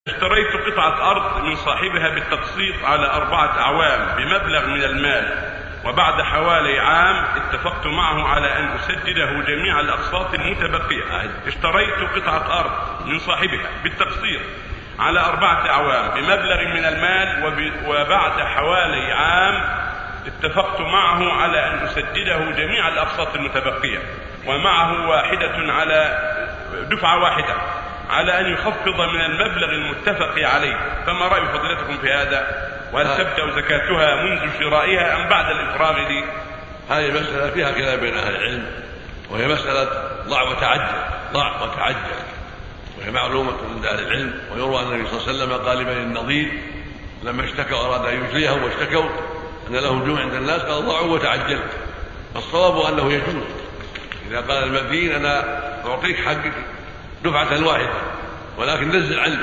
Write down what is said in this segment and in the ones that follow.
اشتريت قطعة أرض من صاحبها بالتقسيط على 4 أعوام بمبلغ من المال، وبعد حوالي عام اتفقت معه على أن أسدده جميع الأقساط المتبقية. اشتريت قطعة أرض من صاحبها بالتقسيط على 4 أعوام بمبلغ من المال، وبعد حوالي عام اتفقت معه على أن أسدده جميع الأقساط المتبقية، ومعه على دفعة واحدة على أن يخفض من المبلغ المتفق عليه. فما رأي فضيلتكم في هذا؟ وهل تبدأ زكاتها منذ شرائها أم بعد الإفراغ لي؟ هذه مسألة فيها كلام بين أهل العلم، وهي مسألة ضع وتعجل، وهي معلومة عند أهل العلم. ويروى أن النبي صلى الله عليه وسلم قال لبني النضير لما اشتكوا أراد أن يجليهم واشتكوا أن لهم جوع عند الناس قال ضعوا وتعجلوا. الصواب أنه يجوز إذا قال المدين أنا أعطيك حقك دفعة واحدة ولكن نزل عني،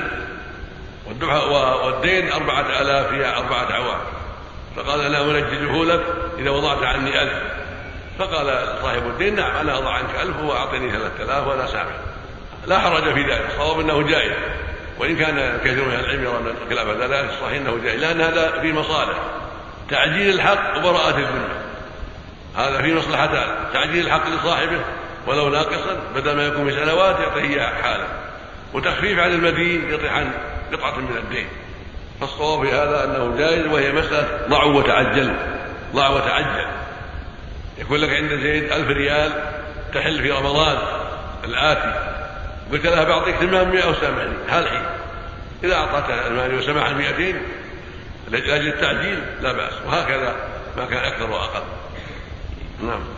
والدين 4000 فيها 4 أعوام، فقال أنا أنجده لك إذا وضعت عني 1000. فقال صاحب الدين نعم أنا أضع عنك 1000 وأعطني 3000 وأنا سامح، لا حرج في ذلك. الصواب أنه جائز، وإن كان كثير من العلم يرى خلاف ذلك الصحيح أنه جائز، لأن هذا في مصالح تعجيل الحق وبراءة الذمة. هذا في مصلحتان: تعجيل الحق لصاحبه ولو ناقصا بدل ما يكون في سنوات يعطيه حاله، وتخفيف عن المدين يعطيه عن قطعة من الدين. فالصواب في هذا أنه جائز، وهي مسألة ضع وتعجل. يكون لك عند زيد 1000 ريال تحل في رمضان الآتي، قلت لها بعطيك 800 وسامحني هالحين، إذا أعطتها المال وسمح 200 لأجل التعجيل لا بأس، وهكذا ما كان أكثر وأقل. نعم.